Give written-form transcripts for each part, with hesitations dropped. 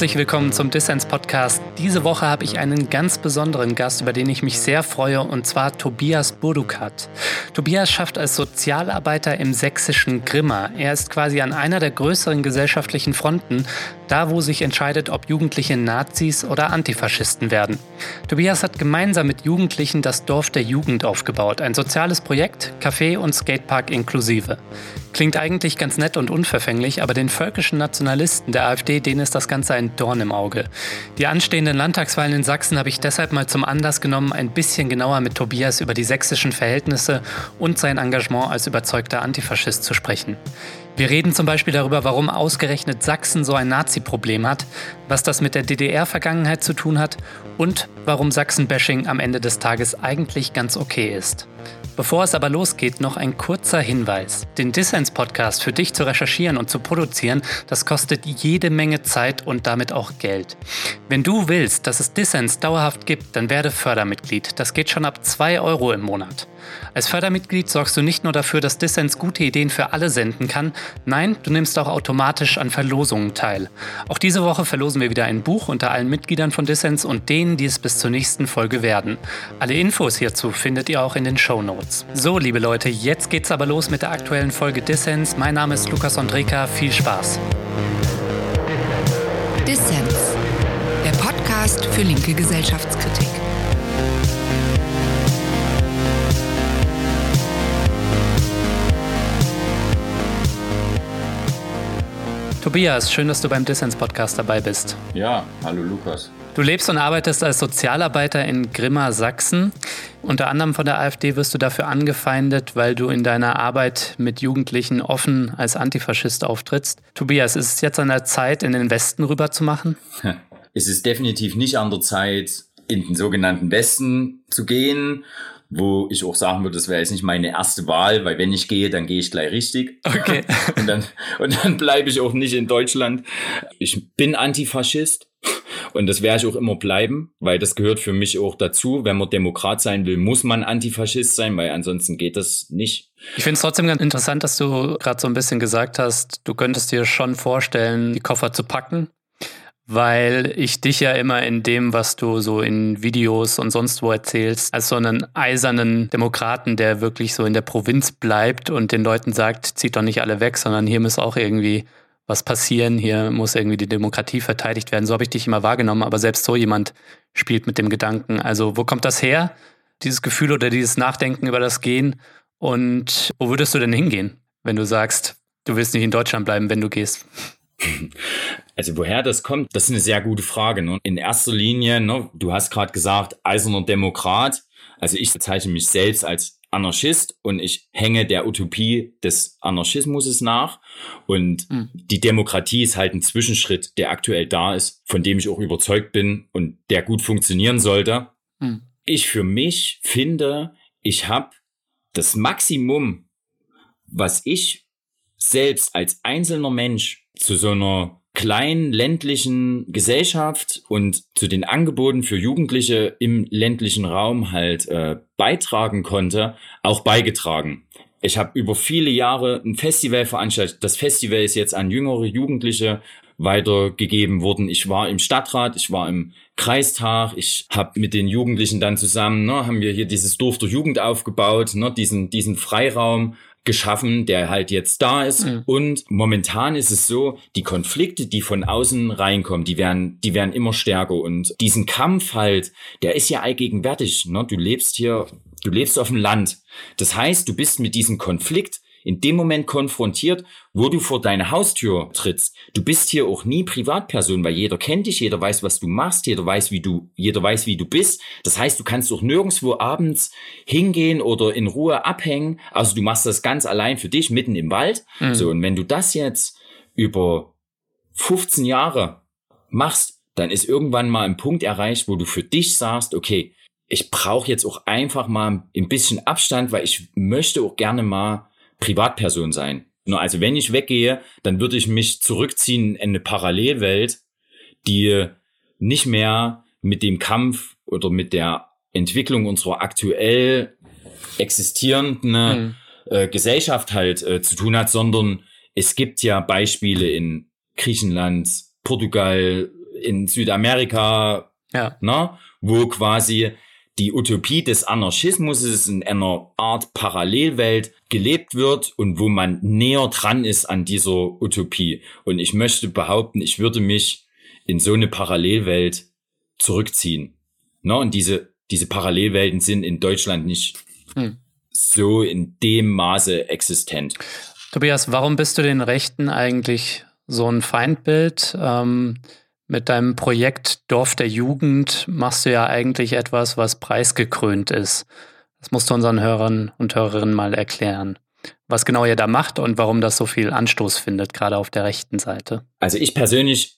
Herzlich willkommen zum Dissens-Podcast. Diese Woche habe ich einen ganz besonderen Gast, über den ich mich sehr freue, und zwar Tobias Burdukat. Tobias schafft als Sozialarbeiter im sächsischen Grimma. Er ist quasi an einer der größeren gesellschaftlichen Fronten, da wo sich entscheidet, ob Jugendliche Nazis oder Antifaschisten werden. Tobias hat gemeinsam mit Jugendlichen das Dorf der Jugend aufgebaut, ein soziales Projekt, Café und Skatepark inklusive. Klingt eigentlich ganz nett und unverfänglich, aber den völkischen Nationalisten der AfD, denen ist das Ganze ein Dorn im Auge. Die anstehenden Landtagswahlen in Sachsen habe ich deshalb mal zum Anlass genommen, ein bisschen genauer mit Tobias über die sächsischen Verhältnisse und sein Engagement als überzeugter Antifaschist zu sprechen. Wir reden zum Beispiel darüber, warum ausgerechnet Sachsen so ein Nazi-Problem hat, was das mit der DDR-Vergangenheit zu tun hat und warum Sachsen-Bashing am Ende des Tages eigentlich ganz okay ist. Bevor es aber losgeht, noch ein kurzer Hinweis. Den Dissens-Podcast für dich zu recherchieren und zu produzieren, das kostet jede Menge Zeit und damit auch Geld. Wenn du willst, dass es Dissens dauerhaft gibt, dann werde Fördermitglied. Das geht schon ab 2 Euro im Monat. Als Fördermitglied sorgst du nicht nur dafür, dass Dissens gute Ideen für alle senden kann, nein, du nimmst auch automatisch an Verlosungen teil. Auch diese Woche verlosen wir wieder ein Buch unter allen Mitgliedern von Dissens und denen, die es bis zur nächsten Folge werden. Alle Infos hierzu findet ihr auch in den Shownotes. So, liebe Leute, jetzt geht's aber los mit der aktuellen Folge Dissens. Mein Name ist Lukas Ondreka, viel Spaß. Dissens, der Podcast für linke Gesellschaftskritik. Tobias, schön, dass du beim Dissens-Podcast dabei bist. Ja, hallo Lukas. Du lebst und arbeitest als Sozialarbeiter in Grimma, Sachsen. Unter anderem von der AfD wirst du dafür angefeindet, weil du in deiner Arbeit mit Jugendlichen offen als Antifaschist auftrittst. Tobias, ist es jetzt an der Zeit, in den Westen rüber zu machen? Es ist definitiv nicht an der Zeit, in den sogenannten Westen zu gehen, wo ich auch sagen würde, das wäre jetzt nicht meine erste Wahl, weil wenn ich gehe, dann gehe ich gleich richtig. Okay. und dann bleibe ich auch nicht in Deutschland. Ich bin Antifaschist und das werde ich auch immer bleiben, weil das gehört für mich auch dazu. Wenn man Demokrat sein will, muss man Antifaschist sein, weil ansonsten geht das nicht. Ich finde es trotzdem ganz interessant, dass du gerade so ein bisschen gesagt hast, du könntest dir schon vorstellen, die Koffer zu packen. Weil ich dich ja immer in dem, was du so in Videos und sonst wo erzählst, als so einen eisernen Demokraten, der wirklich so in der Provinz bleibt und den Leuten sagt, zieht doch nicht alle weg, sondern hier muss auch irgendwie was passieren, hier muss irgendwie die Demokratie verteidigt werden. So habe ich dich immer wahrgenommen, aber selbst so jemand spielt mit dem Gedanken. Also wo kommt das her, dieses Gefühl oder dieses Nachdenken über das Gehen? Und wo würdest du denn hingehen, wenn du sagst, du willst nicht in Deutschland bleiben, wenn du gehst? Also woher das kommt, das ist eine sehr gute Frage. Ne? In erster Linie, ne, du hast gerade gesagt, eiserner Demokrat. Also ich bezeichne mich selbst als Anarchist und ich hänge der Utopie des Anarchismus nach. Und die Demokratie ist halt ein Zwischenschritt, der aktuell da ist, von dem ich auch überzeugt bin und der gut funktionieren sollte. Ich für mich finde, ich habe das Maximum, was ich selbst als einzelner Mensch zu so einer kleinen ländlichen Gesellschaft und zu den Angeboten für Jugendliche im ländlichen Raum halt beitragen konnte, auch beigetragen. Ich habe über viele Jahre ein Festival veranstaltet. Das Festival ist jetzt an jüngere Jugendliche weitergegeben worden. Ich war im Stadtrat, ich war im Kreistag, ich habe mit den Jugendlichen dann zusammen, haben wir hier dieses Dorf der Jugend aufgebaut, diesen Freiraum geschaffen, der halt jetzt da ist. Und momentan ist es so, die Konflikte, die von außen reinkommen, die werden immer stärker. Und diesen Kampf halt, der ist ja allgegenwärtig. Du lebst auf dem Land. Das heißt, du bist mit diesem Konflikt in dem Moment konfrontiert, wo du vor deine Haustür trittst. Du bist hier auch nie Privatperson, weil jeder kennt dich, jeder weiß, was du machst, jeder weiß, wie du bist. Das heißt, du kannst auch nirgendwo abends hingehen oder in Ruhe abhängen. Also du machst das ganz allein für dich, mitten im Wald. So, und wenn du das jetzt über 15 Jahre machst, dann ist irgendwann mal ein Punkt erreicht, wo du für dich sagst, okay, ich brauche jetzt auch einfach mal ein bisschen Abstand, weil ich möchte auch gerne mal Privatperson sein. Also wenn ich weggehe, dann würde ich mich zurückziehen in eine Parallelwelt, die nicht mehr mit dem Kampf oder mit der Entwicklung unserer aktuell existierenden Gesellschaft halt zu tun hat, sondern es gibt ja Beispiele in Griechenland, Portugal, in Südamerika, wo quasi die Utopie des Anarchismus in einer Art Parallelwelt gelebt wird und wo man näher dran ist an dieser Utopie. Und ich möchte behaupten, ich würde mich in so eine Parallelwelt zurückziehen. Und diese Parallelwelten sind in Deutschland nicht so in dem Maße existent. Tobias, warum bist du den Rechten eigentlich so ein Feindbild? Mit deinem Projekt Dorf der Jugend machst du ja eigentlich etwas, was preisgekrönt ist. Das musst du unseren Hörern und Hörerinnen mal erklären, was genau ihr da macht und warum das so viel Anstoß findet, gerade auf der rechten Seite. Also ich persönlich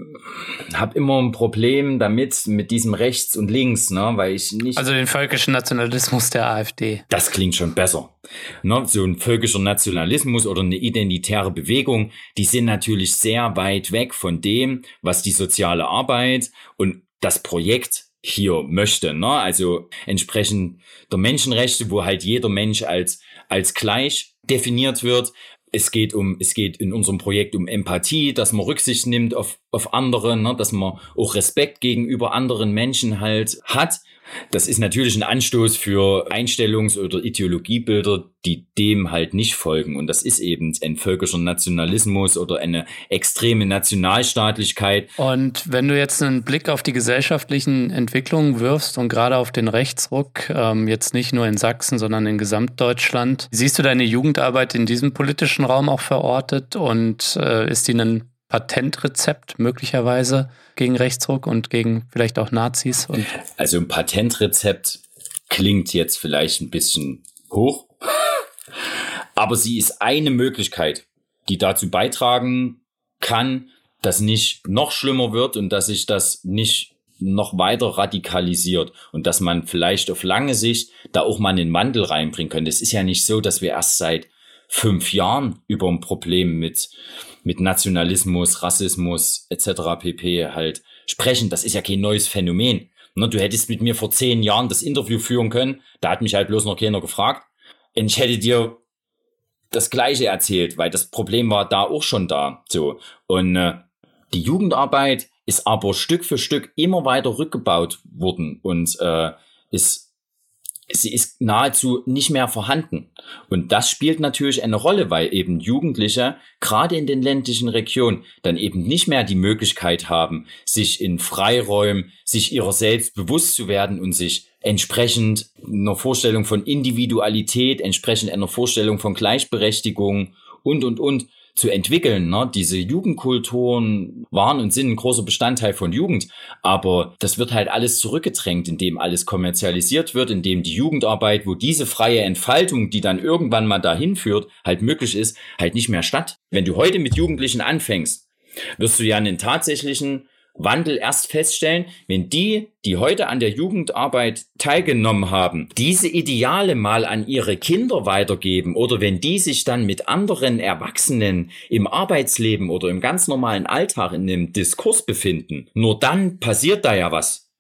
habe immer ein Problem mit diesem Rechts und Links, weil ich nicht... Also den völkischen Nationalismus der AfD. Das klingt schon besser. So ein völkischer Nationalismus oder eine identitäre Bewegung, die sind natürlich sehr weit weg von dem, was die soziale Arbeit und das Projekt hier möchte. Also entsprechend der Menschenrechte, wo halt jeder Mensch als gleich definiert wird. Es geht in unserem Projekt um Empathie, dass man Rücksicht nimmt auf andere, dass man auch Respekt gegenüber anderen Menschen halt hat. Das ist natürlich ein Anstoß für Einstellungs- oder Ideologiebilder, die dem halt nicht folgen. Und das ist eben ein völkischer Nationalismus oder eine extreme Nationalstaatlichkeit. Und wenn du jetzt einen Blick auf die gesellschaftlichen Entwicklungen wirfst und gerade auf den Rechtsruck, jetzt nicht nur in Sachsen, sondern in Gesamtdeutschland, siehst du deine Jugendarbeit in diesem politischen Raum auch verortet und ist die ein Patentrezept möglicherweise gegen Rechtsruck und gegen vielleicht auch Nazis? Also ein Patentrezept klingt jetzt vielleicht ein bisschen hoch, aber sie ist eine Möglichkeit, die dazu beitragen kann, dass nicht noch schlimmer wird und dass sich das nicht noch weiter radikalisiert und dass man vielleicht auf lange Sicht da auch mal einen Wandel reinbringen könnte. Es ist ja nicht so, dass wir erst seit 5 Jahren über ein Problem mit Nationalismus, Rassismus etc. pp. Halt sprechen. Das ist ja kein neues Phänomen. Du hättest mit mir vor 10 Jahren das Interview führen können, da hat mich halt bloß noch keiner gefragt. Und ich hätte dir das Gleiche erzählt, weil das Problem war da auch schon da. So. Und die Jugendarbeit ist aber Stück für Stück immer weiter rückgebaut worden und sie ist nahezu nicht mehr vorhanden. Und das spielt natürlich eine Rolle, weil eben Jugendliche, gerade in den ländlichen Regionen, dann eben nicht mehr die Möglichkeit haben, sich in Freiräumen, sich ihrer selbst bewusst zu werden und sich entsprechend einer Vorstellung von Individualität, entsprechend einer Vorstellung von Gleichberechtigung und zu entwickeln. Diese Jugendkulturen waren und sind ein großer Bestandteil von Jugend, aber das wird halt alles zurückgedrängt, indem alles kommerzialisiert wird, indem die Jugendarbeit, wo diese freie Entfaltung, die dann irgendwann mal dahin führt, halt möglich ist, halt nicht mehr statt. Wenn du heute mit Jugendlichen anfängst, wirst du ja einen tatsächlichen Wandel erst feststellen, wenn die heute an der Jugendarbeit teilgenommen haben, diese Ideale mal an ihre Kinder weitergeben oder wenn die sich dann mit anderen Erwachsenen im Arbeitsleben oder im ganz normalen Alltag in einem Diskurs befinden. Nur dann passiert da ja was.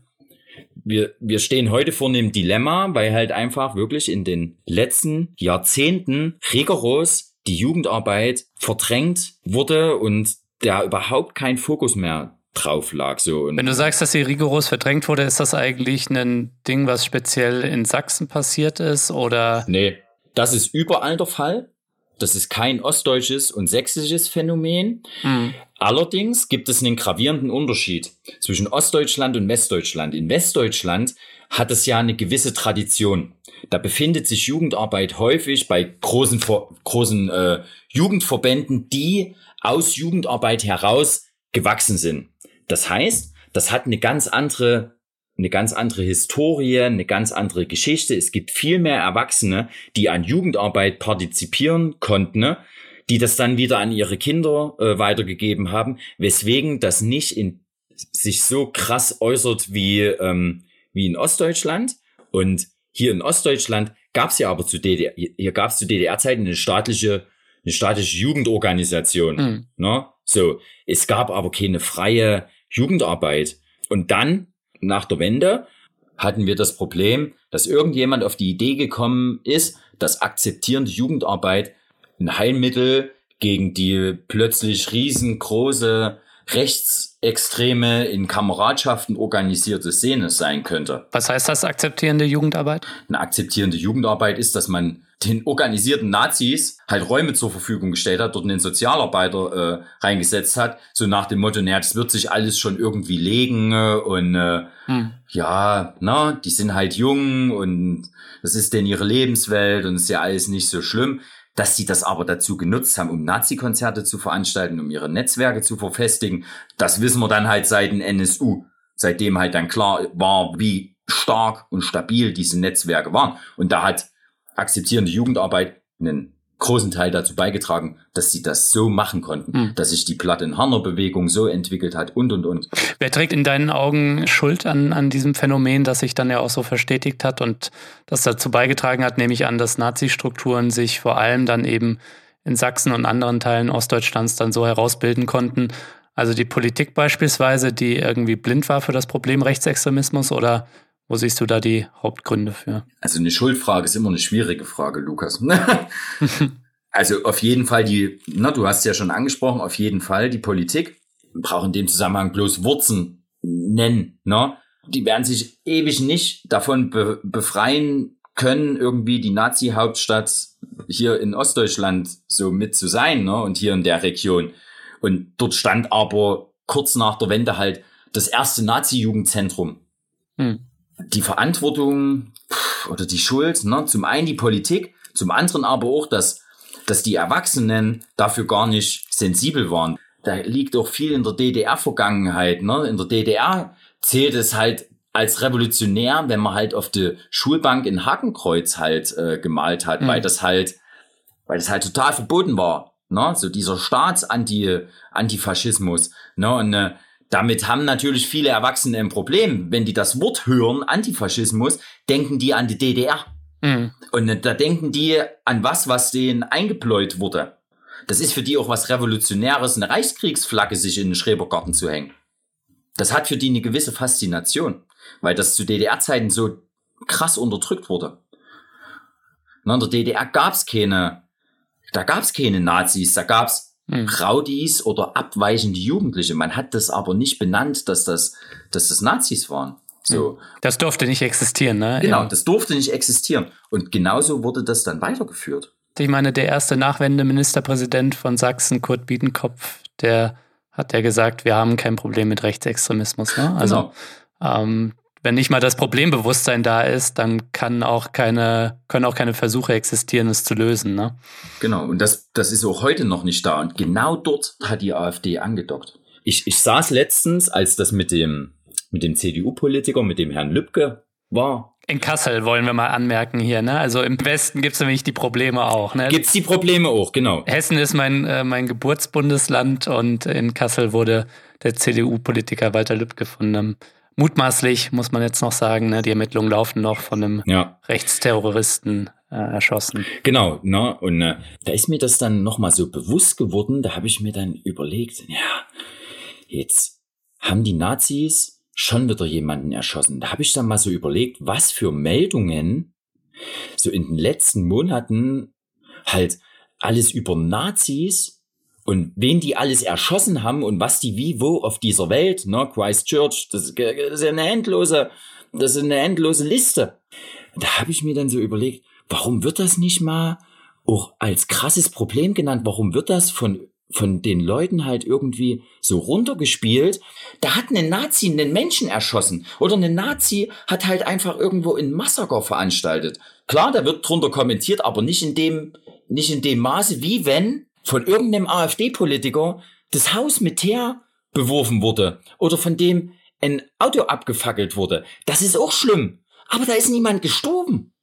Wir stehen heute vor einem Dilemma, weil halt einfach wirklich in den letzten Jahrzehnten rigoros die Jugendarbeit verdrängt wurde und da überhaupt kein Fokus mehr drauf lag. So. Und wenn du sagst, dass sie rigoros verdrängt wurde, ist das eigentlich ein Ding, was speziell in Sachsen passiert ist, oder? Nee, das ist überall der Fall. Das ist kein ostdeutsches und sächsisches Phänomen. Allerdings gibt es einen gravierenden Unterschied zwischen Ostdeutschland und Westdeutschland. In Westdeutschland hat es ja eine gewisse Tradition. Da befindet sich Jugendarbeit häufig bei großen Jugendverbänden, die aus Jugendarbeit heraus gewachsen sind. Das heißt, das hat eine ganz andere Historie, eine ganz andere Geschichte. Es gibt viel mehr Erwachsene, die an Jugendarbeit partizipieren konnten, die das dann wieder an ihre Kinder weitergegeben haben, weswegen das nicht sich so krass äußert wie in Ostdeutschland. Und hier in Ostdeutschland gab es ja aber zu DDR-Zeiten eine staatliche Jugendorganisation. So, es gab aber keine freie Jugendarbeit. Und dann, nach der Wende, hatten wir das Problem, dass irgendjemand auf die Idee gekommen ist, dass akzeptierende Jugendarbeit ein Heilmittel gegen die plötzlich riesengroße rechtsextreme, in Kameradschaften organisierte Szene sein könnte. Was heißt das, akzeptierende Jugendarbeit? Eine akzeptierende Jugendarbeit ist, dass man den organisierten Nazis halt Räume zur Verfügung gestellt hat, dort einen Sozialarbeiter reingesetzt hat, so nach dem Motto, naja, das wird sich alles schon irgendwie legen und die sind halt jung und das ist denn ihre Lebenswelt und ist ja alles nicht so schlimm. Dass sie das aber dazu genutzt haben, um Nazi-Konzerte zu veranstalten, um ihre Netzwerke zu verfestigen, das wissen wir dann halt seit dem NSU. Seitdem halt dann klar war, wie stark und stabil diese Netzwerke waren. Und da hat akzeptierende Jugendarbeit einen großen Teil dazu beigetragen, dass sie das so machen konnten, dass sich die Platte-in-Hörner-Bewegung so entwickelt hat und. Wer trägt in deinen Augen Schuld an diesem Phänomen, das sich dann ja auch so verstetigt hat und das dazu beigetragen hat, nehme ich an, dass Nazi-Strukturen sich vor allem dann eben in Sachsen und anderen Teilen Ostdeutschlands dann so herausbilden konnten? Also die Politik beispielsweise, die irgendwie blind war für das Problem Rechtsextremismus, oder wo siehst du da die Hauptgründe für? Also eine Schuldfrage ist immer eine schwierige Frage, Lukas. Also auf jeden Fall du hast es ja schon angesprochen, auf jeden Fall die Politik braucht in dem Zusammenhang bloß Wurzeln nennen. Ne? Die werden sich ewig nicht davon befreien können, irgendwie die Nazi-Hauptstadt hier in Ostdeutschland so mit zu sein, ne? Und hier in der Region. Und dort stand aber kurz nach der Wende halt das erste Nazi-Jugendzentrum. Die Verantwortung oder die Schuld, ne? Zum einen die Politik, zum anderen aber auch, dass die Erwachsenen dafür gar nicht sensibel waren. Da liegt auch viel in der DDR-Vergangenheit. Ne? In der DDR zählt es halt als revolutionär, wenn man halt auf der Schulbank ein Hakenkreuz halt gemalt hat, weil das halt total verboten war. Ne? So dieser Antifaschismus. Ne? Und damit haben natürlich viele Erwachsene ein Problem. Wenn die das Wort hören, Antifaschismus, denken die an die DDR. Und da denken die an was denen eingebläut wurde. Das ist für die auch was Revolutionäres, eine Reichskriegsflagge sich in den Schrebergarten zu hängen. Das hat für die eine gewisse Faszination, weil das zu DDR-Zeiten so krass unterdrückt wurde. In der DDR gab's keine Nazis, da gab's Rowdies oder abweichende Jugendliche. Man hat das aber nicht benannt, dass das Nazis waren. So. Das durfte nicht existieren, ne? Genau, das durfte nicht existieren. Und genauso wurde das dann weitergeführt. Ich meine, der erste Nachwende-Ministerpräsident von Sachsen, Kurt Biedenkopf, der hat ja gesagt, wir haben kein Problem mit Rechtsextremismus. Ne? Also wenn nicht mal das Problembewusstsein da ist, dann können auch keine Versuche existieren, es zu lösen. Ne? Genau, und das ist auch heute noch nicht da. Und genau dort hat die AfD angedockt. Ich saß letztens, als das mit dem CDU-Politiker, mit dem Herrn Lübcke war. In Kassel wollen wir mal anmerken hier, ne? Also im Westen gibt's nämlich die Probleme auch, ne? Gibt's die Probleme auch, genau. Hessen ist mein Geburtsbundesland und in Kassel wurde der CDU-Politiker Walter Lübcke von einem, mutmaßlich, muss man jetzt noch sagen, ne? Die Ermittlungen laufen noch, von einem Rechtsterroristen erschossen. Genau, ne? Und da ist mir das dann nochmal so bewusst geworden, da habe ich mir dann überlegt, ja, jetzt haben die Nazis schon wieder jemanden erschossen. Da habe ich dann mal so überlegt, was für Meldungen so in den letzten Monaten halt alles über Nazis und wen die alles erschossen haben und was die wie wo auf dieser Welt, ne, Christchurch, das ist eine endlose Liste. Da habe ich mir dann so überlegt, warum wird das nicht mal auch als krasses Problem genannt? Warum wird das von den Leuten halt irgendwie so runtergespielt? Da hat ein Nazi einen Menschen erschossen oder ein Nazi hat halt einfach irgendwo ein Massaker veranstaltet. Klar, da wird drunter kommentiert, aber nicht in dem Maße, wie wenn von irgendeinem AfD-Politiker das Haus mit Teer beworfen wurde oder von dem ein Auto abgefackelt wurde. Das ist auch schlimm, aber da ist niemand gestorben.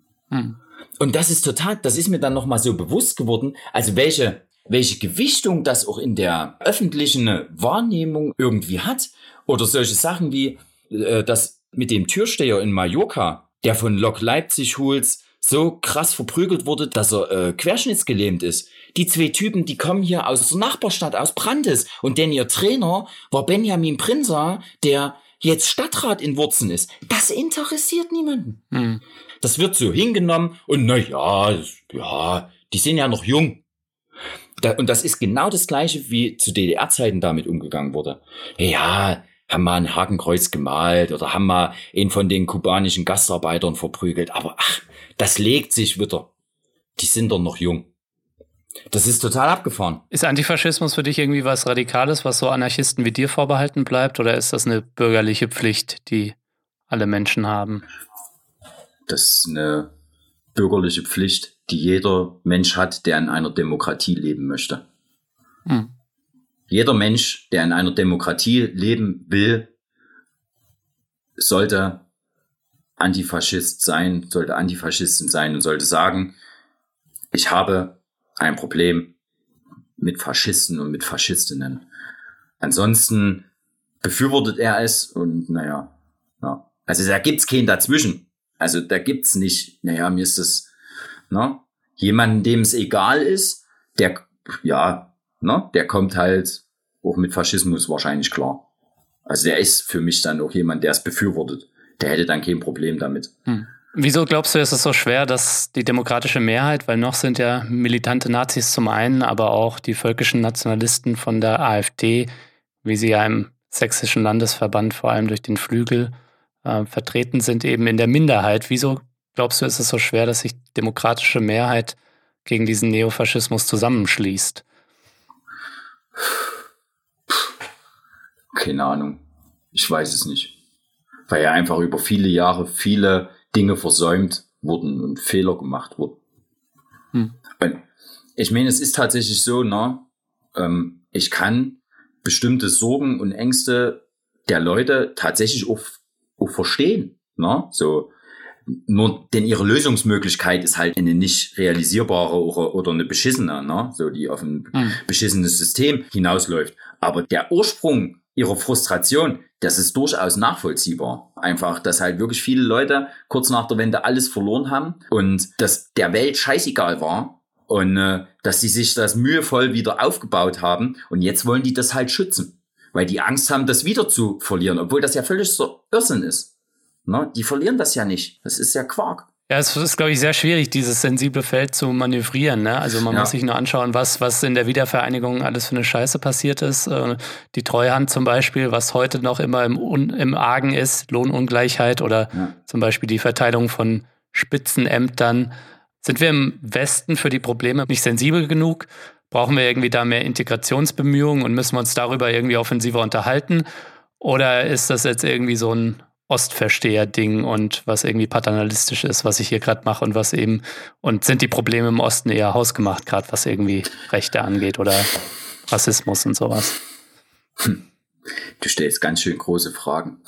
Und das ist mir dann nochmal so bewusst geworden, also welche Gewichtung das auch in der öffentlichen Wahrnehmung irgendwie hat. Oder solche Sachen wie das mit dem Türsteher in Mallorca, der von Lok Leipzig-Huls so krass verprügelt wurde, dass er querschnittsgelähmt ist. Die zwei Typen, die kommen hier aus der Nachbarstadt, aus Brandes. Und denn ihr Trainer war Benjamin Prinzer, der jetzt Stadtrat in Wurzen ist. Das interessiert niemanden. Das wird so hingenommen und die sind ja noch jung. Und das ist genau das Gleiche, wie zu DDR-Zeiten damit umgegangen wurde. Ja, haben mal ein Hakenkreuz gemalt oder haben mal einen von den kubanischen Gastarbeitern verprügelt. Aber das legt sich wieder. Die sind doch noch jung. Das ist total abgefahren. Ist Antifaschismus für dich irgendwie was Radikales, was so Anarchisten wie dir vorbehalten bleibt? Oder ist das eine bürgerliche Pflicht, die alle Menschen haben? Das ist eine bürgerliche Pflicht, die jeder Mensch hat, der in einer Demokratie leben möchte. Jeder Mensch, der in einer Demokratie leben will, sollte Antifaschist sein, sollte Antifaschistin sein und sollte sagen, ich habe ein Problem mit Faschisten und mit Faschistinnen. Ansonsten befürwortet er es und also da gibt's keinen dazwischen. Also da gibt's nicht, mir ist das, jemanden, dem es egal ist, der kommt halt auch mit Faschismus wahrscheinlich klar. Also der ist für mich dann auch jemand, der es befürwortet. Der hätte dann kein Problem damit. Wieso glaubst du, ist es so schwer, dass die demokratische Mehrheit, weil noch sind ja militante Nazis zum einen, aber auch die völkischen Nationalisten von der AfD, wie sie ja im sächsischen Landesverband vor allem durch den Flügel vertreten sind, eben in der Minderheit. Wieso glaubst du, ist es so schwer, dass sich die demokratische Mehrheit gegen diesen Neofaschismus zusammenschließt? Keine Ahnung. Ich weiß es nicht. Weil ja einfach über viele Jahre viele Dinge versäumt wurden und Fehler gemacht wurden. Und ich meine, es ist tatsächlich so, ich kann bestimmte Sorgen und Ängste der Leute tatsächlich auch verstehen. So, nur denn ihre Lösungsmöglichkeit ist halt eine nicht realisierbare oder eine beschissene, so die auf ein beschissenes System hinausläuft. Aber der Ursprung ihrer Frustration, das ist durchaus nachvollziehbar. Einfach, dass halt wirklich viele Leute kurz nach der Wende alles verloren haben und dass der Welt scheißegal war und dass sie sich das mühevoll wieder aufgebaut haben und jetzt wollen die das halt schützen, weil die Angst haben, das wieder zu verlieren, obwohl das ja völlig so Irrsinn ist. Die verlieren das ja nicht. Das ist ja Quark. Ja, es ist, glaube ich, sehr schwierig, dieses sensible Feld zu manövrieren. Also man muss sich nur anschauen, was in der Wiedervereinigung alles für eine Scheiße passiert ist. Die Treuhand zum Beispiel, was heute noch immer im Argen ist, Lohnungleichheit oder zum Beispiel die Verteilung von Spitzenämtern. Sind wir im Westen für die Probleme nicht sensibel genug? Brauchen wir irgendwie da mehr Integrationsbemühungen und müssen wir uns darüber irgendwie offensiver unterhalten? Oder ist das jetzt irgendwie so ein Ostversteher-Ding und was irgendwie paternalistisch ist, was ich hier gerade mache und sind die Probleme im Osten eher hausgemacht, gerade was irgendwie Rechte angeht oder Rassismus und sowas? Du stellst ganz schön große Fragen.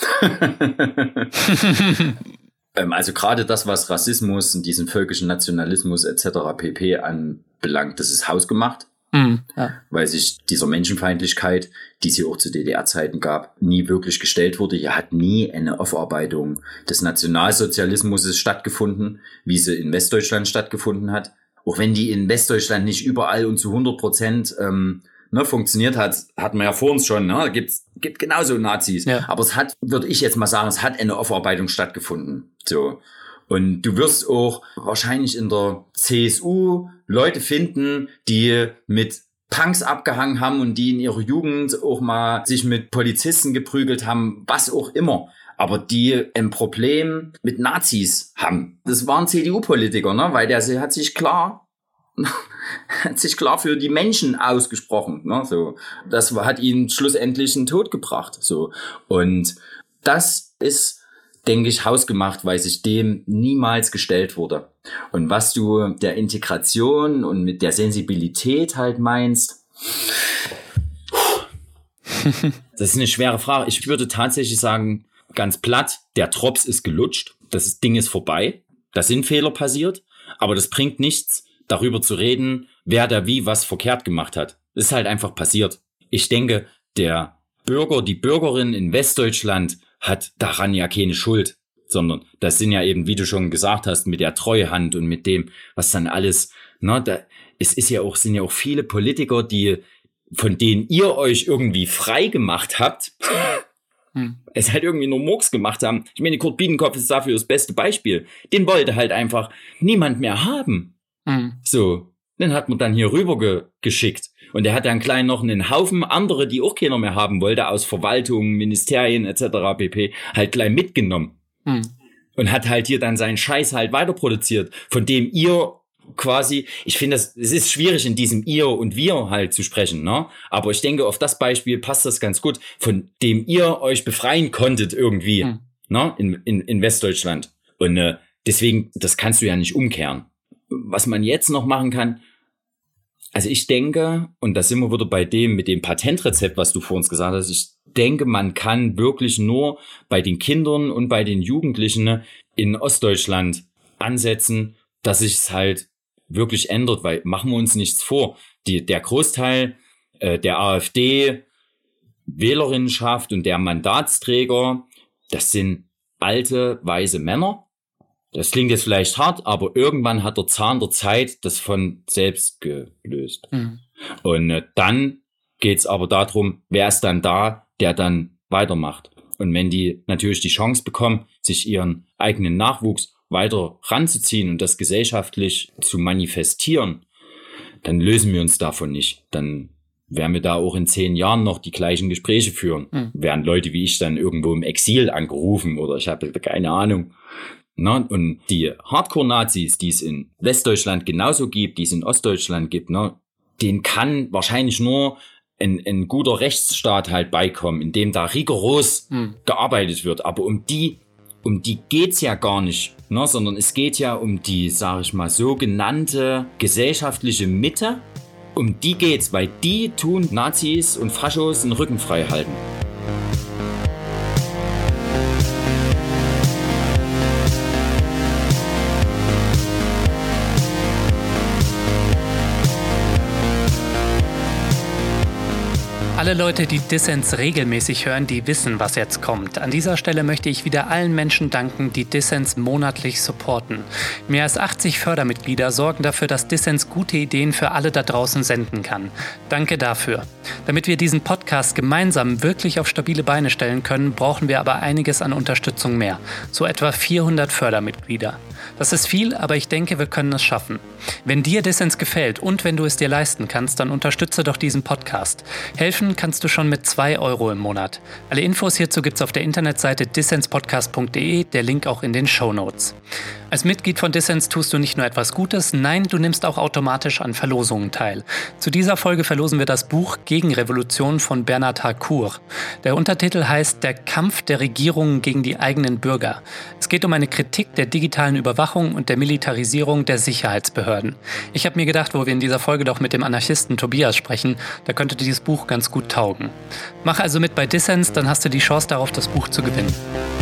Also gerade das, was Rassismus und diesen völkischen Nationalismus etc. pp. Anbelangt, das ist hausgemacht. Weil sich dieser Menschenfeindlichkeit, die es hier auch zu DDR-Zeiten gab, nie wirklich gestellt wurde. Hier hat nie eine Aufarbeitung des Nationalsozialismus stattgefunden, wie sie in Westdeutschland stattgefunden hat. Auch wenn die in Westdeutschland nicht überall und zu 100% funktioniert hat, hatten wir ja vor uns schon, gibt genauso Nazis. Ja. Aber es hat, würde ich jetzt mal sagen, es hat eine Aufarbeitung stattgefunden. So. Und du wirst auch wahrscheinlich in der CSU Leute finden, die mit Punks abgehangen haben und die in ihrer Jugend auch mal sich mit Polizisten geprügelt haben, was auch immer. Aber die ein Problem mit Nazis haben. Das waren CDU-Politiker, weil der hat sich klar für die Menschen ausgesprochen. So. Das hat ihn schlussendlich in den Tod gebracht. So. Und das ist, denke ich, hausgemacht, weil sich dem niemals gestellt wurde. Und was du der Integration und mit der Sensibilität halt meinst, das ist eine schwere Frage. Ich würde tatsächlich sagen, ganz platt, der Drops ist gelutscht, das Ding ist vorbei, da sind Fehler passiert, aber das bringt nichts, darüber zu reden, wer da wie was verkehrt gemacht hat. Das ist halt einfach passiert. Ich denke, der Bürger, die Bürgerin in Westdeutschland hat daran ja keine Schuld, sondern das sind ja eben, wie du schon gesagt hast, mit der Treuhand und mit dem, was dann alles, sind ja auch viele Politiker, von denen ihr euch irgendwie frei gemacht habt, es halt irgendwie nur Murks gemacht haben. Ich meine, Kurt Biedenkopf ist dafür das beste Beispiel. Den wollte halt einfach niemand mehr haben. So, Den hat man dann hier rüber geschickt. Und der hat dann klein noch einen Haufen andere, die auch keiner mehr haben wollte, aus Verwaltungen, Ministerien etc. pp. halt gleich mitgenommen. Und hat halt hier dann seinen Scheiß halt weiter produziert, von dem ihr quasi, ich finde, es ist schwierig in diesem ihr und wir halt zu sprechen, ne? Aber ich denke, auf das Beispiel passt das ganz gut, von dem ihr euch befreien konntet irgendwie, ne? In Westdeutschland. Und deswegen, das kannst du ja nicht umkehren. Was man jetzt noch machen kann, also ich denke, und da sind wir wieder bei dem mit dem Patentrezept, was du vor uns gesagt hast, ich denke, man kann wirklich nur bei den Kindern und bei den Jugendlichen in Ostdeutschland ansetzen, dass sich es halt wirklich ändert, weil machen wir uns nichts vor. Der Großteil der AfD-Wählerinnenschaft und der Mandatsträger, das sind alte, weise Männer. Das klingt jetzt vielleicht hart, aber irgendwann hat der Zahn der Zeit das von selbst gelöst. Und dann geht's aber darum, wer ist dann da, der dann weitermacht. Und wenn die natürlich die Chance bekommen, sich ihren eigenen Nachwuchs weiter ranzuziehen und das gesellschaftlich zu manifestieren, dann lösen wir uns davon nicht. Dann werden wir da auch in 10 Jahren noch die gleichen Gespräche führen. Werden Leute wie ich dann irgendwo im Exil angerufen oder ich habe keine Ahnung. Na, und die Hardcore-Nazis, die es in Westdeutschland genauso gibt, die es in Ostdeutschland gibt, ne, denen kann wahrscheinlich nur ein guter Rechtsstaat halt beikommen, in dem da rigoros gearbeitet wird. Aber um die geht's ja gar nicht, ne, sondern es geht ja um die, sag ich mal, sogenannte gesellschaftliche Mitte. Um die geht's, weil die tun Nazis und Faschos den Rücken frei halten. Alle Leute, die Dissens regelmäßig hören, die wissen, was jetzt kommt. An dieser Stelle möchte ich wieder allen Menschen danken, die Dissens monatlich supporten. Mehr als 80 Fördermitglieder sorgen dafür, dass Dissens gute Ideen für alle da draußen senden kann. Danke dafür. Damit wir diesen Podcast gemeinsam wirklich auf stabile Beine stellen können, brauchen wir aber einiges an Unterstützung mehr. So etwa 400 Fördermitglieder. Das ist viel, aber ich denke, wir können es schaffen. Wenn dir Dissens gefällt und wenn du es dir leisten kannst, dann unterstütze doch diesen Podcast. Helfen kannst du schon mit 2 € im Monat. Alle Infos hierzu gibt's auf der Internetseite dissenspodcast.de, der Link auch in den Shownotes. Als Mitglied von Dissens tust du nicht nur etwas Gutes, nein, du nimmst auch automatisch an Verlosungen teil. Zu dieser Folge verlosen wir das Buch Gegenrevolution von Bernard Harcourt. Der Untertitel heißt Der Kampf der Regierungen gegen die eigenen Bürger. Es geht um eine Kritik der digitalen Überwachung und der Militarisierung der Sicherheitsbehörden. Ich habe mir gedacht, wo wir in dieser Folge doch mit dem Anarchisten Tobias sprechen, da könnte dieses Buch ganz gut taugen. Mach also mit bei Dissens, dann hast du die Chance darauf, das Buch zu gewinnen.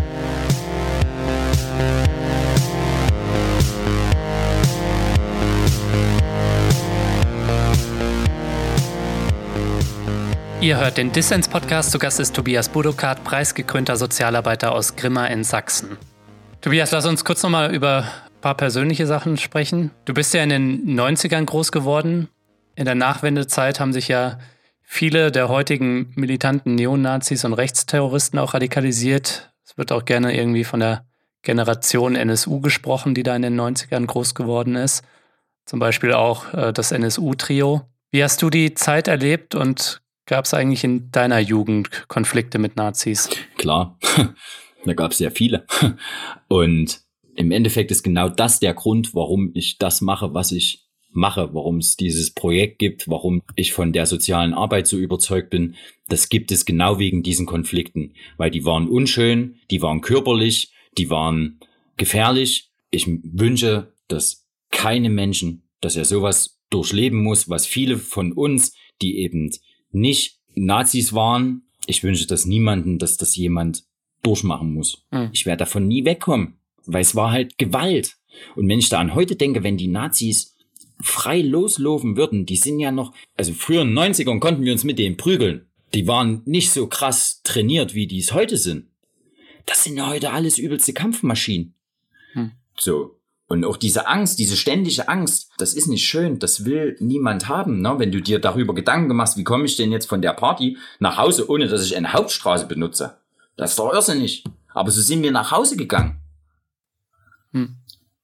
Ihr hört den Dissens-Podcast, zu Gast ist Tobias Burdukat, preisgekrönter Sozialarbeiter aus Grimma in Sachsen. Tobias, lass uns kurz nochmal über ein paar persönliche Sachen sprechen. Du bist ja in den 90ern groß geworden. In der Nachwendezeit haben sich ja viele der heutigen militanten Neonazis und Rechtsterroristen auch radikalisiert. Es wird auch gerne irgendwie von der Generation NSU gesprochen, die da in den 90ern groß geworden ist. Zum Beispiel auch das NSU-Trio. Wie hast du die Zeit erlebt und gab es eigentlich in deiner Jugend Konflikte mit Nazis? Klar, da gab es ja viele. Und im Endeffekt ist genau das der Grund, warum ich das mache, was ich mache, warum es dieses Projekt gibt, warum ich von der sozialen Arbeit so überzeugt bin. Das gibt es genau wegen diesen Konflikten, weil die waren unschön, die waren körperlich, die waren gefährlich. Ich wünsche, dass keine Menschen, dass er sowas durchleben muss, was viele von uns, die eben nicht Nazis waren, ich wünsche das niemanden, dass das jemand durchmachen muss. Ich werde davon nie wegkommen, weil es war halt Gewalt. Und wenn ich da an heute denke, wenn die Nazis frei loslaufen würden, die sind ja noch, also früher in den 90ern konnten wir uns mit denen prügeln. Die waren nicht so krass trainiert, wie die es heute sind. Das sind ja heute alles übelste Kampfmaschinen. So. Und auch diese Angst, diese ständige Angst, das ist nicht schön, das will niemand haben, ne? Wenn du dir darüber Gedanken machst, wie komme ich denn jetzt von der Party nach Hause, ohne dass ich eine Hauptstraße benutze? Das ist doch irrsinnig. Aber so sind wir nach Hause gegangen.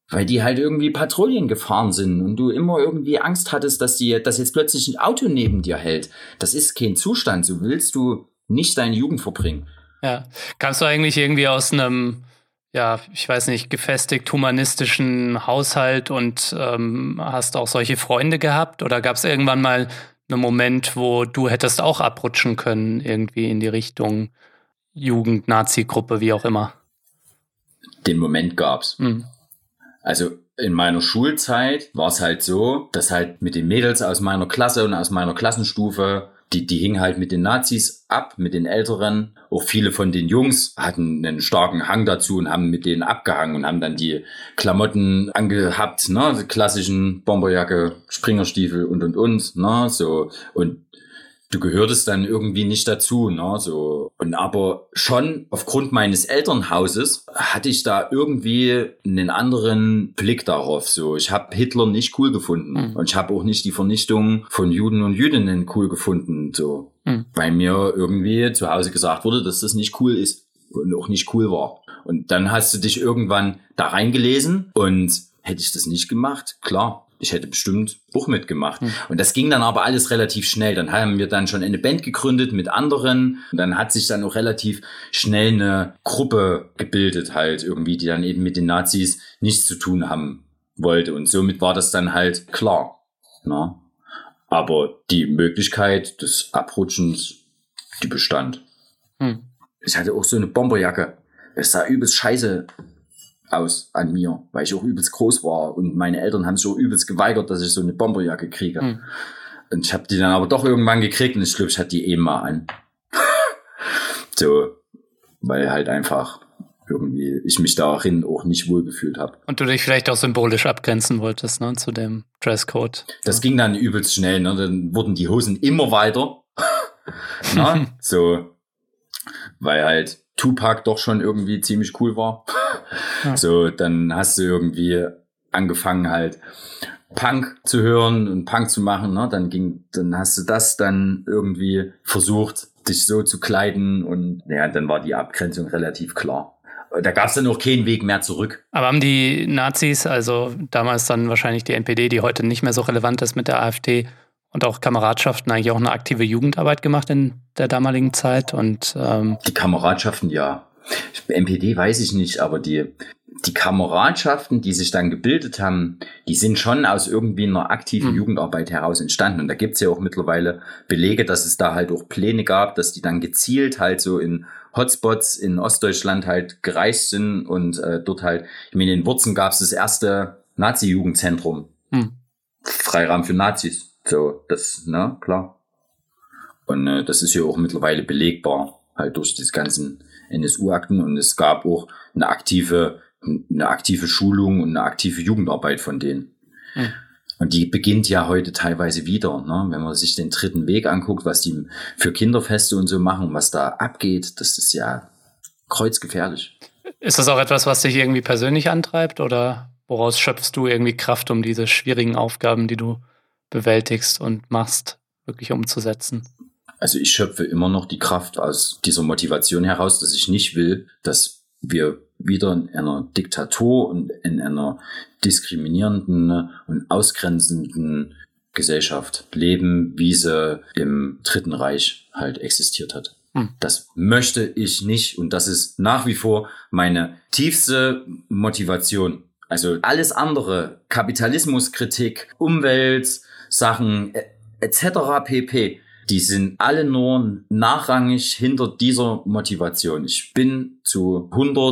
weil die halt irgendwie Patrouillen gefahren sind und du immer irgendwie Angst hattest, dass jetzt plötzlich ein Auto neben dir hält. Das ist kein Zustand, so willst du nicht deine Jugend verbringen. Ja, kamst du eigentlich irgendwie aus einem, ja, ich weiß nicht, gefestigt humanistischen Haushalt und hast auch solche Freunde gehabt? Oder gab es irgendwann mal einen Moment, wo du hättest auch abrutschen können, irgendwie in die Richtung Jugend, Nazi-Gruppe, wie auch immer? Den Moment gab's. Also in meiner Schulzeit war es halt so, dass halt mit den Mädels aus meiner Klasse und aus meiner Klassenstufe, die hingen halt mit den Nazis ab, mit den Älteren. Auch viele von den Jungs hatten einen starken Hang dazu und haben mit denen abgehangen und haben dann die Klamotten angehabt, ne, die klassischen Bomberjacke, Springerstiefel und, ne, so. Und du gehörtest dann irgendwie nicht dazu, ne, so. Und aber schon aufgrund meines Elternhauses hatte ich da irgendwie einen anderen Blick darauf, so. Ich habe Hitler nicht cool gefunden und ich habe auch nicht die Vernichtung von Juden und Jüdinnen cool gefunden, so. Weil mir irgendwie zu Hause gesagt wurde, dass das nicht cool ist und auch nicht cool war. Und dann hast du dich irgendwann da reingelesen und hätte ich das nicht gemacht, klar. Ich hätte bestimmt auch mitgemacht. Und das ging dann aber alles relativ schnell. Dann haben wir dann schon eine Band gegründet mit anderen. Und dann hat sich dann auch relativ schnell eine Gruppe gebildet halt irgendwie, die dann eben mit den Nazis nichts zu tun haben wollte. Und somit war das dann halt klar. Ne? Aber die Möglichkeit des Abrutschens, die bestand. Ich hatte auch so eine Bomberjacke. Es sah übelst scheiße aus an mir, weil ich auch übelst groß war und meine Eltern haben sich auch übelst geweigert, dass ich so eine Bomberjacke kriege. Und ich habe die dann aber doch irgendwann gekriegt und ich glaube, ich hatte die mal an. So, weil halt einfach irgendwie ich mich darin auch nicht wohlgefühlt habe. Und du dich vielleicht auch symbolisch abgrenzen wolltest, ne, zu dem Dresscode. Das ging dann übelst schnell, ne? Dann wurden die Hosen immer weiter. Na? So, weil halt Tupac doch schon irgendwie ziemlich cool war. Ja. So, dann hast du irgendwie angefangen halt Punk zu hören und Punk zu machen, ne? Dann hast du das dann irgendwie versucht, dich so zu kleiden und ja, dann war die Abgrenzung relativ klar. Da gab es dann auch keinen Weg mehr zurück. Aber haben die Nazis, also damals dann wahrscheinlich die NPD, die heute nicht mehr so relevant ist mit der AfD, und auch Kameradschaften eigentlich auch eine aktive Jugendarbeit gemacht in der damaligen Zeit? Und die Kameradschaften, ja. NPD weiß ich nicht, aber die Kameradschaften, die sich dann gebildet haben, die sind schon aus irgendwie einer aktiven Jugendarbeit heraus entstanden. Und da gibt's ja auch mittlerweile Belege, dass es da halt auch Pläne gab, dass die dann gezielt halt so in Hotspots in Ostdeutschland halt gereist sind und dort halt, ich meine, in Wurzen gab's das erste Nazi-Jugendzentrum. Freiraum für Nazis. So, das, ne, klar. Und das ist ja auch mittlerweile belegbar, halt durch die ganzen NSU-Akten. Und es gab auch eine aktive Schulung und eine aktive Jugendarbeit von denen. Und die beginnt ja heute teilweise wieder, ne? Wenn man sich den dritten Weg anguckt, was die für Kinderfeste und so machen, was da abgeht, das ist ja kreuzgefährlich. Ist das auch etwas, was dich irgendwie persönlich antreibt oder woraus schöpfst du irgendwie Kraft, um diese schwierigen Aufgaben, die du bewältigst und machst, wirklich umzusetzen? Also ich schöpfe immer noch die Kraft aus dieser Motivation heraus, dass ich nicht will, dass wir wieder in einer Diktatur und in einer diskriminierenden und ausgrenzenden Gesellschaft leben, wie sie im Dritten Reich halt existiert hat. Das möchte ich nicht und das ist nach wie vor meine tiefste Motivation. Also alles andere, Kapitalismuskritik, Umweltsachen etc. pp., die sind alle nur nachrangig hinter dieser Motivation. Ich bin zu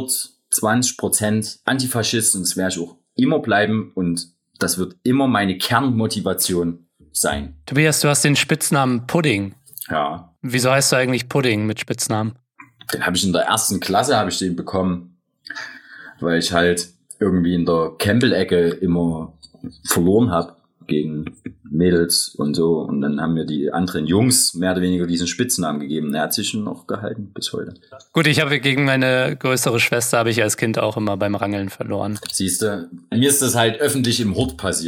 120% Antifaschist und das werde ich auch immer bleiben und das wird immer meine Kernmotivation sein. Tobias, du hast den Spitznamen Pudding. Ja. Wieso heißt du eigentlich Pudding mit Spitznamen? Den habe ich in der 1. Klasse den bekommen, weil ich halt irgendwie in der Campbell-Ecke immer verloren habe gegen Mädels und so. Und dann haben mir die anderen Jungs mehr oder weniger diesen Spitznamen gegeben. Er hat sich noch gehalten bis heute. Gut, ich habe gegen meine größere Schwester habe ich als Kind auch immer beim Rangeln verloren. Siehst du, mir ist das halt öffentlich im Hort passiert.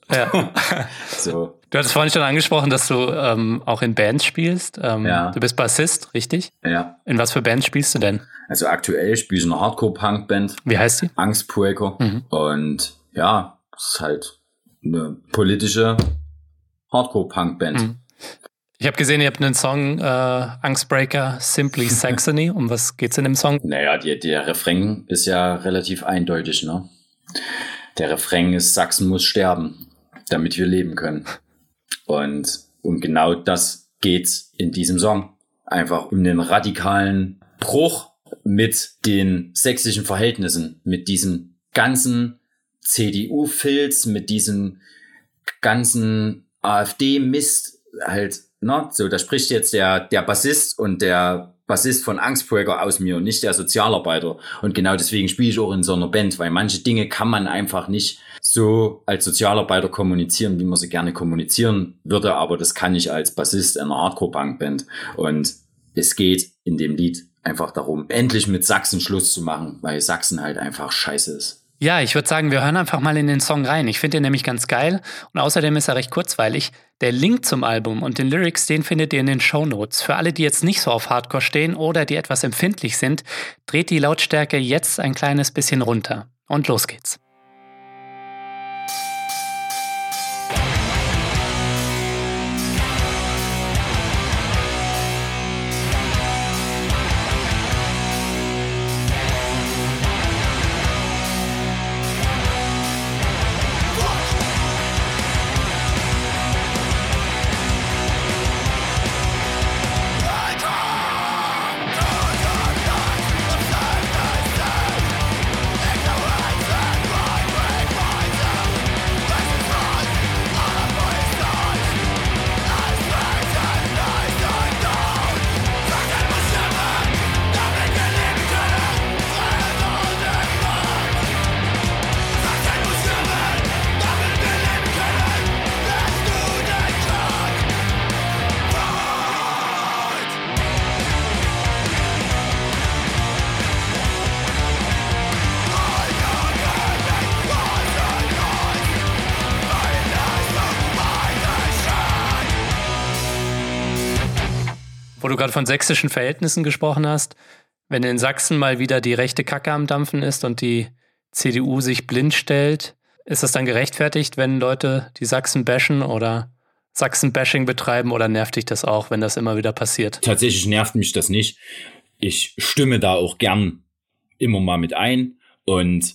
Ja. So. Du hattest vorhin schon angesprochen, dass du auch in Bands spielst. Ja. Du bist Bassist, richtig? Ja. In was für Bands spielst du denn? Also aktuell spiele ich eine Hardcore-Punk-Band. Wie heißt die? Angstbreaker. Und ja, es ist halt eine politische Hardcore-Punk-Band. Ich habe gesehen, ihr habt einen Song, Angstbreaker, Simply Saxony. Um was geht's in dem Song? Naja, der Refrain ist ja relativ eindeutig, ne? Der Refrain ist, Sachsen muss sterben, damit wir leben können. Und um genau das geht's in diesem Song. Einfach um den radikalen Bruch mit den sächsischen Verhältnissen, mit diesem ganzen CDU-Filz, mit diesem ganzen AfD-Mist halt, ne? So, da spricht jetzt der Bassist und der Bassist von Angstbreaker aus mir und nicht der Sozialarbeiter. Und genau deswegen spiele ich auch in so einer Band, weil manche Dinge kann man einfach nicht so als Sozialarbeiter kommunizieren, wie man sie gerne kommunizieren würde, aber das kann ich als Bassist einer Hardcore-Punk-Band. Und es geht in dem Lied einfach darum, endlich mit Sachsen Schluss zu machen, weil Sachsen halt einfach scheiße ist. Ja, ich würde sagen, wir hören einfach mal in den Song rein. Ich finde den nämlich ganz geil und außerdem ist er recht kurzweilig. Der Link zum Album und den Lyrics, den findet ihr in den Shownotes. Für alle, die jetzt nicht so auf Hardcore stehen oder die etwas empfindlich sind, dreht die Lautstärke jetzt ein kleines bisschen runter. Und los geht's. Wo du gerade von sächsischen Verhältnissen gesprochen hast, wenn in Sachsen mal wieder die rechte Kacke am Dampfen ist und die CDU sich blind stellt, ist das dann gerechtfertigt, wenn Leute die Sachsen bashen oder Sachsen-Bashing betreiben oder nervt dich das auch, wenn das immer wieder passiert? Tatsächlich nervt mich das nicht. Ich stimme da auch gern immer mal mit ein und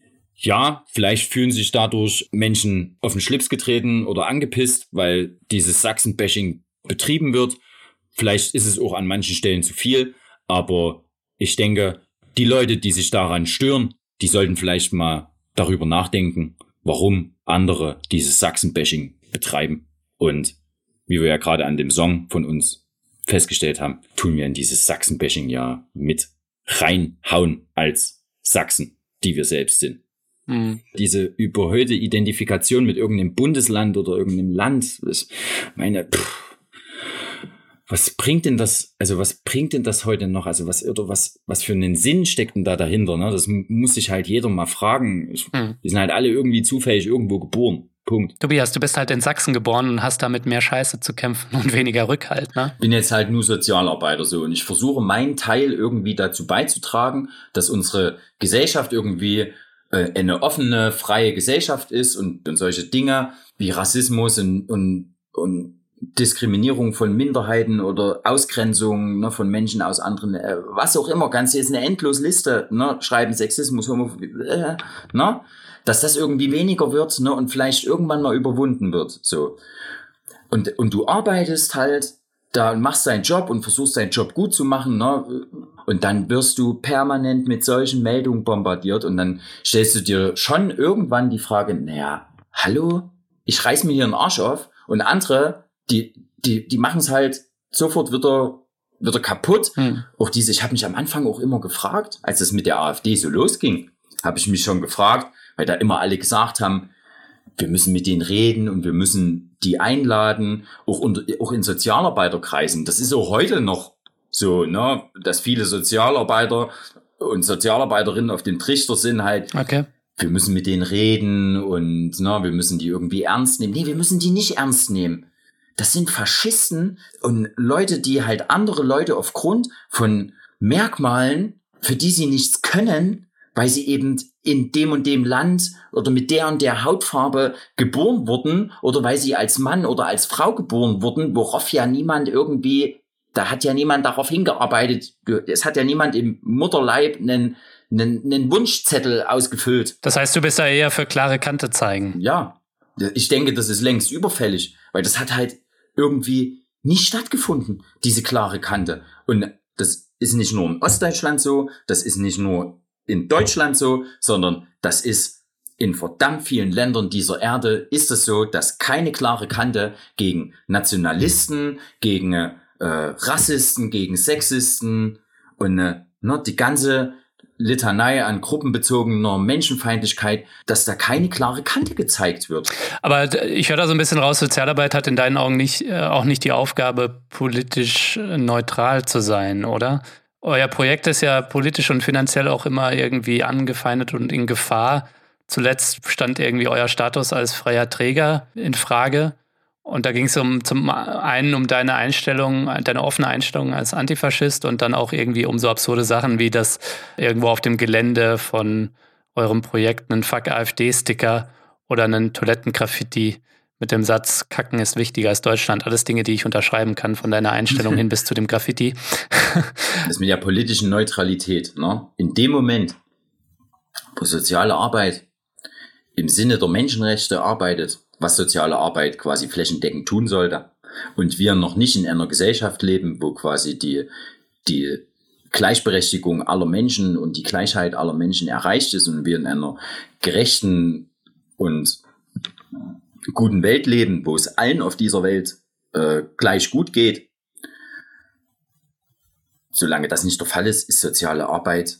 ja, vielleicht fühlen sich dadurch Menschen auf den Schlips getreten oder angepisst, weil dieses Sachsen-Bashing betrieben wird. Vielleicht ist es auch an manchen Stellen zu viel, aber ich denke, die Leute, die sich daran stören, die sollten vielleicht mal darüber nachdenken, warum andere dieses Sachsen-Bashing betreiben. Und wie wir ja gerade an dem Song von uns festgestellt haben, tun wir in dieses Sachsen-Bashing ja mit reinhauen als Sachsen, die wir selbst sind. Diese überhöhte Identifikation mit irgendeinem Bundesland oder irgendeinem Land, ich meine, was bringt denn das heute noch? Also was für einen Sinn steckt denn da dahinter? Ne? Das muss sich halt jeder mal fragen. Die sind halt alle irgendwie zufällig irgendwo geboren. Punkt. Tobias, du bist halt in Sachsen geboren und hast damit mehr Scheiße zu kämpfen und weniger Rückhalt, ne? Bin jetzt halt nur Sozialarbeiter so und ich versuche meinen Teil irgendwie dazu beizutragen, dass unsere Gesellschaft irgendwie eine offene, freie Gesellschaft ist und solche Dinge wie Rassismus und Diskriminierung von Minderheiten oder Ausgrenzung, ne, von Menschen aus anderen, was auch immer, kannst du jetzt eine Endlosliste, ne, schreiben, Sexismus, Homophobie, ne, dass das irgendwie weniger wird, ne, und vielleicht irgendwann mal überwunden wird, so. Und du arbeitest halt da und machst deinen Job und versuchst deinen Job gut zu machen, ne, und dann wirst du permanent mit solchen Meldungen bombardiert und dann stellst du dir schon irgendwann die Frage, naja, hallo, ich reiß mir hier einen Arsch auf und andere, die machen es halt sofort wieder kaputt. Auch ich habe mich am Anfang auch immer gefragt, als es mit der AfD so losging, habe ich mich schon gefragt, weil da immer alle gesagt haben, wir müssen mit denen reden und wir müssen die einladen, auch in Sozialarbeiterkreisen. Das ist auch heute noch so, ne, dass viele Sozialarbeiter und Sozialarbeiterinnen auf dem Trichter sind halt. Okay. wir müssen mit denen reden und wir müssen die irgendwie ernst nehmen. Nee, wir müssen die nicht ernst nehmen. Das sind Faschisten und Leute, die halt andere Leute aufgrund von Merkmalen, für die sie nichts können, weil sie eben in dem und dem Land oder mit der und der Hautfarbe geboren wurden oder weil sie als Mann oder als Frau geboren wurden, worauf ja niemand irgendwie, da hat ja niemand darauf hingearbeitet. Es hat ja niemand im Mutterleib einen Wunschzettel ausgefüllt. Das heißt, du bist da eher für klare Kante zeigen. Ja, ich denke, das ist längst überfällig, weil das hat halt irgendwie nicht stattgefunden, diese klare Kante. Und das ist nicht nur in Ostdeutschland so, das ist nicht nur in Deutschland so, sondern das ist in verdammt vielen Ländern dieser Erde ist es so, dass keine klare Kante gegen Nationalisten, gegen Rassisten, gegen Sexisten und die ganze Litanei an gruppenbezogener Menschenfeindlichkeit, dass da keine klare Kante gezeigt wird. Aber ich höre da so ein bisschen raus, Sozialarbeit hat in deinen Augen auch nicht die Aufgabe, politisch neutral zu sein, oder? Euer Projekt ist ja politisch und finanziell auch immer irgendwie angefeindet und in Gefahr. Zuletzt stand irgendwie euer Status als freier Träger in Frage. Und da ging es zum einen um deine Einstellung, deine offene Einstellung als Antifaschist und dann auch irgendwie um so absurde Sachen wie, dass irgendwo auf dem Gelände von eurem Projekt ein Fuck AfD-Sticker oder ein Toilettengraffiti mit dem Satz, Kacken ist wichtiger als Deutschland. Alles Dinge, die ich unterschreiben kann, von deiner Einstellung hin bis zu dem Graffiti. Das mit der politischen Neutralität, ne? In dem Moment, wo soziale Arbeit im Sinne der Menschenrechte arbeitet, was soziale Arbeit quasi flächendeckend tun sollte, und wir noch nicht in einer Gesellschaft leben, wo quasi die Gleichberechtigung aller Menschen und die Gleichheit aller Menschen erreicht ist und wir in einer gerechten und guten Welt leben, wo es allen auf dieser Welt gleich gut geht. Solange das nicht der Fall ist, ist soziale Arbeit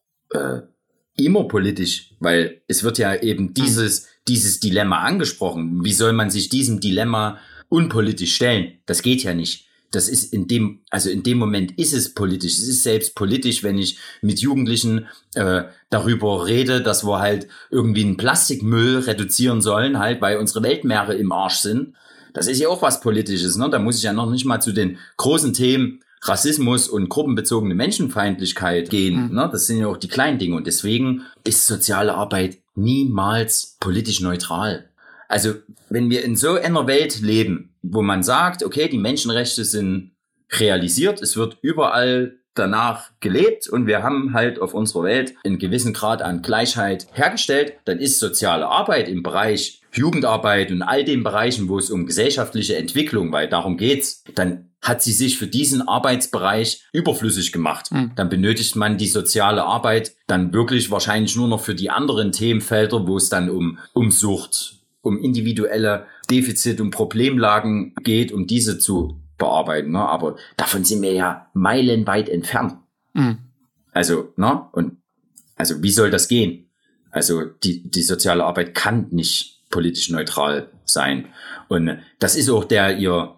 immer politisch, weil es wird ja eben dieses Dilemma angesprochen. Wie soll man sich diesem Dilemma unpolitisch stellen? Das geht ja nicht. Das ist in dem Moment ist es politisch. Es ist selbst politisch, wenn ich mit Jugendlichen darüber rede, dass wir halt irgendwie einen Plastikmüll reduzieren sollen, halt, weil unsere Weltmeere im Arsch sind. Das ist ja auch was Politisches, ne? Da muss ich ja noch nicht mal zu den großen Themen Rassismus und gruppenbezogene Menschenfeindlichkeit gehen. Ne? Das sind ja auch die kleinen Dinge. Und deswegen ist soziale Arbeit niemals politisch neutral. Also wenn wir in so einer Welt leben, wo man sagt, okay, die Menschenrechte sind realisiert, es wird überall danach gelebt und wir haben halt auf unserer Welt einen gewissen Grad an Gleichheit hergestellt, dann ist soziale Arbeit im Bereich Jugendarbeit und all den Bereichen, wo es um gesellschaftliche Entwicklung, weil darum geht's, dann hat sie sich für diesen Arbeitsbereich überflüssig gemacht. Dann benötigt man die soziale Arbeit dann wirklich wahrscheinlich nur noch für die anderen Themenfelder, wo es dann um Sucht, um individuelle Defizit- und Problemlagen geht, um diese zu bearbeiten. Ne? Aber davon sind wir ja meilenweit entfernt. Also, ne? Und also wie soll das gehen? Also die soziale Arbeit kann nicht politisch neutral sein. Und das ist auch ihre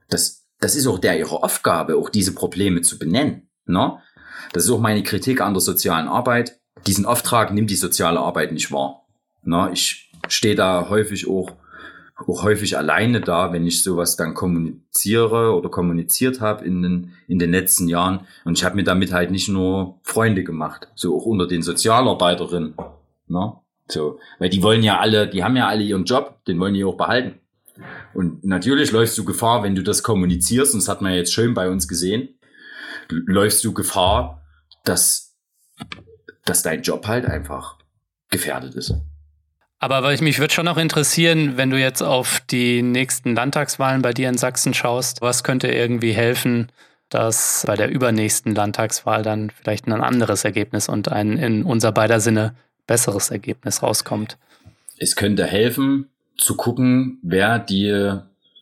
Aufgabe, auch diese Probleme zu benennen. Ne? Das ist auch meine Kritik an der sozialen Arbeit. Diesen Auftrag nimmt die soziale Arbeit nicht wahr. Ne? Ich stehe da häufig häufig alleine da, wenn ich sowas dann kommuniziere oder kommuniziert habe in den letzten Jahren. Und ich habe mir damit halt nicht nur Freunde gemacht, so auch unter den Sozialarbeiterinnen. Ne? So, weil die haben ja alle ihren Job, den wollen die auch behalten. Und natürlich läufst du Gefahr, wenn du das kommunizierst, und das hat man jetzt schön bei uns gesehen, läufst du Gefahr, dass dein Job halt einfach gefährdet ist. Aber mich würde schon noch interessieren, wenn du jetzt auf die nächsten Landtagswahlen bei dir in Sachsen schaust, was könnte irgendwie helfen, dass bei der übernächsten Landtagswahl dann vielleicht ein anderes Ergebnis und ein in unser beider Sinne besseres Ergebnis rauskommt? Es könnte helfen, zu gucken, wer die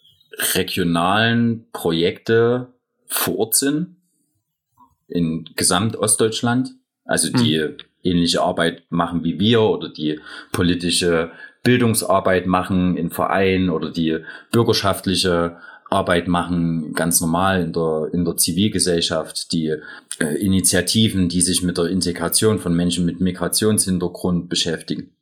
regionalen Projekte vor Ort sind in Gesamtostdeutschland, also die ähnliche Arbeit machen wie wir oder die politische Bildungsarbeit machen in Vereinen oder die bürgerschaftliche Arbeit machen, ganz normal in der Zivilgesellschaft, die Initiativen, die sich mit der Integration von Menschen mit Migrationshintergrund beschäftigen.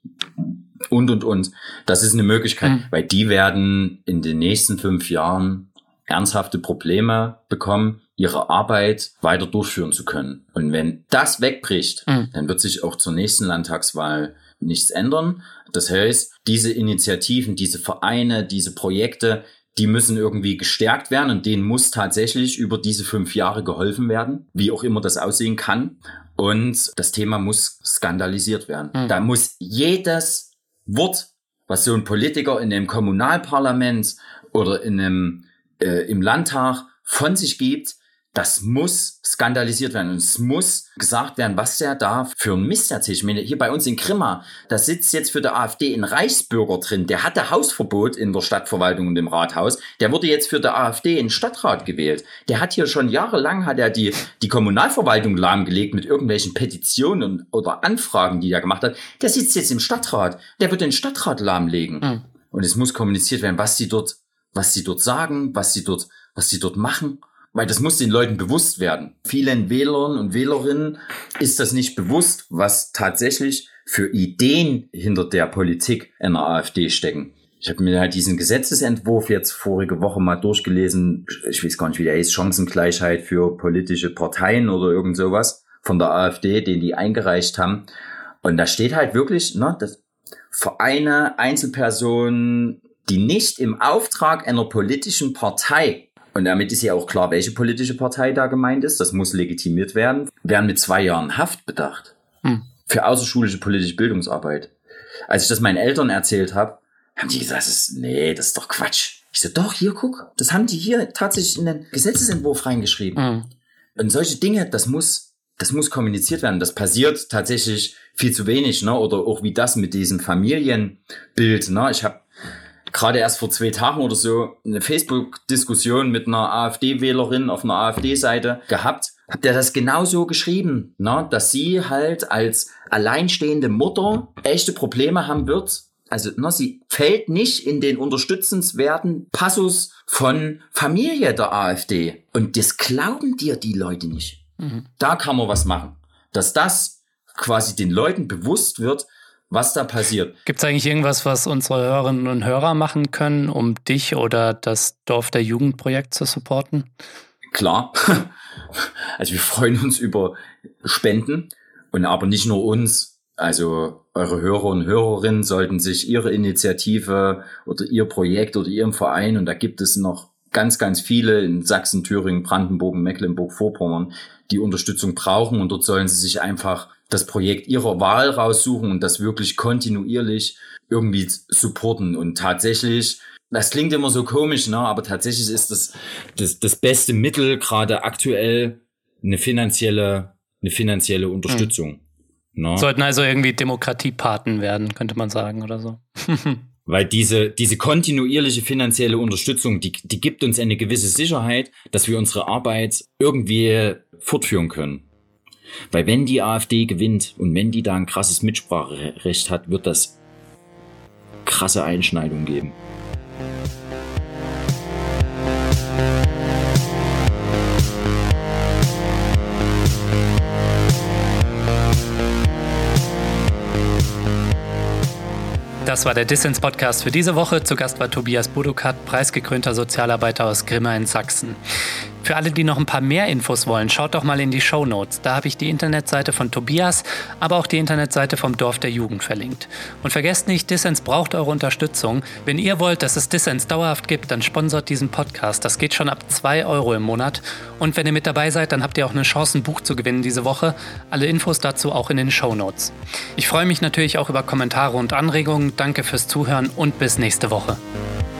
Und. Das ist eine Möglichkeit, weil die werden in den nächsten 5 Jahren ernsthafte Probleme bekommen, ihre Arbeit weiter durchführen zu können. Und wenn das wegbricht, dann wird sich auch zur nächsten Landtagswahl nichts ändern. Das heißt, diese Initiativen, diese Vereine, diese Projekte, die müssen irgendwie gestärkt werden und denen muss tatsächlich über diese 5 Jahre geholfen werden, wie auch immer das aussehen kann. Und das Thema muss skandalisiert werden. Da muss jedes Wort, was so ein Politiker in einem Kommunalparlament oder im Landtag von sich gibt, das muss skandalisiert werden. Und es muss gesagt werden, was der da für ein Mist erzählt. Ich meine, hier bei uns in Grimma, da sitzt jetzt für die AfD ein Reichsbürger drin. Der hatte Hausverbot in der Stadtverwaltung und im Rathaus. Der wurde jetzt für die AfD in den Stadtrat gewählt. Der hat hier schon jahrelang die Kommunalverwaltung lahmgelegt mit irgendwelchen Petitionen oder Anfragen, die er gemacht hat. Der sitzt jetzt im Stadtrat. Der wird den Stadtrat lahmlegen. Und es muss kommuniziert werden, was sie dort sagen, was sie dort machen. Weil das muss den Leuten bewusst werden. Vielen Wählern und Wählerinnen ist das nicht bewusst, was tatsächlich für Ideen hinter der Politik einer AfD stecken. Ich habe mir halt diesen Gesetzesentwurf jetzt vorige Woche mal durchgelesen. Ich weiß gar nicht, wie der heißt. Chancengleichheit für politische Parteien oder irgend sowas von der AfD, den die eingereicht haben. Und da steht halt wirklich, dass Vereine, Einzelpersonen, die nicht im Auftrag einer politischen Partei, und damit ist ja auch klar, welche politische Partei da gemeint ist, das muss legitimiert werden, werden mit 2 Jahren Haft bedacht. Für außerschulische politische Bildungsarbeit. Als ich das meinen Eltern erzählt habe, haben die gesagt, das ist doch Quatsch. Ich so, doch, hier, guck, das haben die hier tatsächlich in den Gesetzesentwurf reingeschrieben. Und solche Dinge, das muss kommuniziert werden. Das passiert tatsächlich viel zu wenig, oder auch wie das mit diesem Familienbild, Ich habe gerade erst vor 2 Tagen oder so eine Facebook-Diskussion mit einer AfD-Wählerin auf einer AfD-Seite gehabt. Habt ihr das genauso geschrieben, dass sie halt als alleinstehende Mutter echte Probleme haben wird? Also, sie fällt nicht in den unterstützenswerten Passus von Familie der AfD. Und das glauben dir die Leute nicht. Da kann man was machen. Dass das quasi den Leuten bewusst wird, was da passiert. Gibt es eigentlich irgendwas, was unsere Hörerinnen und Hörer machen können, um dich oder das Dorf der Jugendprojekt zu supporten? Klar. Also wir freuen uns über Spenden und aber nicht nur uns. Also eure Hörer und Hörerinnen sollten sich ihre Initiative oder ihr Projekt oder ihren Verein, und da gibt es noch ganz, ganz viele in Sachsen, Thüringen, Brandenburg, Mecklenburg-Vorpommern, die Unterstützung brauchen, und dort sollen sie sich einfach das Projekt ihrer Wahl raussuchen und das wirklich kontinuierlich irgendwie supporten. Und tatsächlich, das klingt immer so komisch, aber tatsächlich ist das beste Mittel gerade aktuell eine finanzielle Unterstützung. Sollten also irgendwie Demokratiepaten werden, könnte man sagen, oder so. Weil diese kontinuierliche finanzielle Unterstützung, die gibt uns eine gewisse Sicherheit, dass wir unsere Arbeit irgendwie fortführen können. Weil wenn die AfD gewinnt und wenn die da ein krasses Mitspracherecht hat, wird das krasse Einschneidungen geben. Das war der Dissens-Podcast für diese Woche. Zu Gast war Tobias Boducat, preisgekrönter Sozialarbeiter aus Grimma in Sachsen. Für alle, die noch ein paar mehr Infos wollen, schaut doch mal in die Shownotes. Da habe ich die Internetseite von Tobias, aber auch die Internetseite vom Dorf der Jugend verlinkt. Und vergesst nicht, Dissens braucht eure Unterstützung. Wenn ihr wollt, dass es Dissens dauerhaft gibt, dann sponsort diesen Podcast. Das geht schon ab 2 € im Monat. Und wenn ihr mit dabei seid, dann habt ihr auch eine Chance, ein Buch zu gewinnen diese Woche. Alle Infos dazu auch in den Shownotes. Ich freue mich natürlich auch über Kommentare und Anregungen. Danke fürs Zuhören und bis nächste Woche.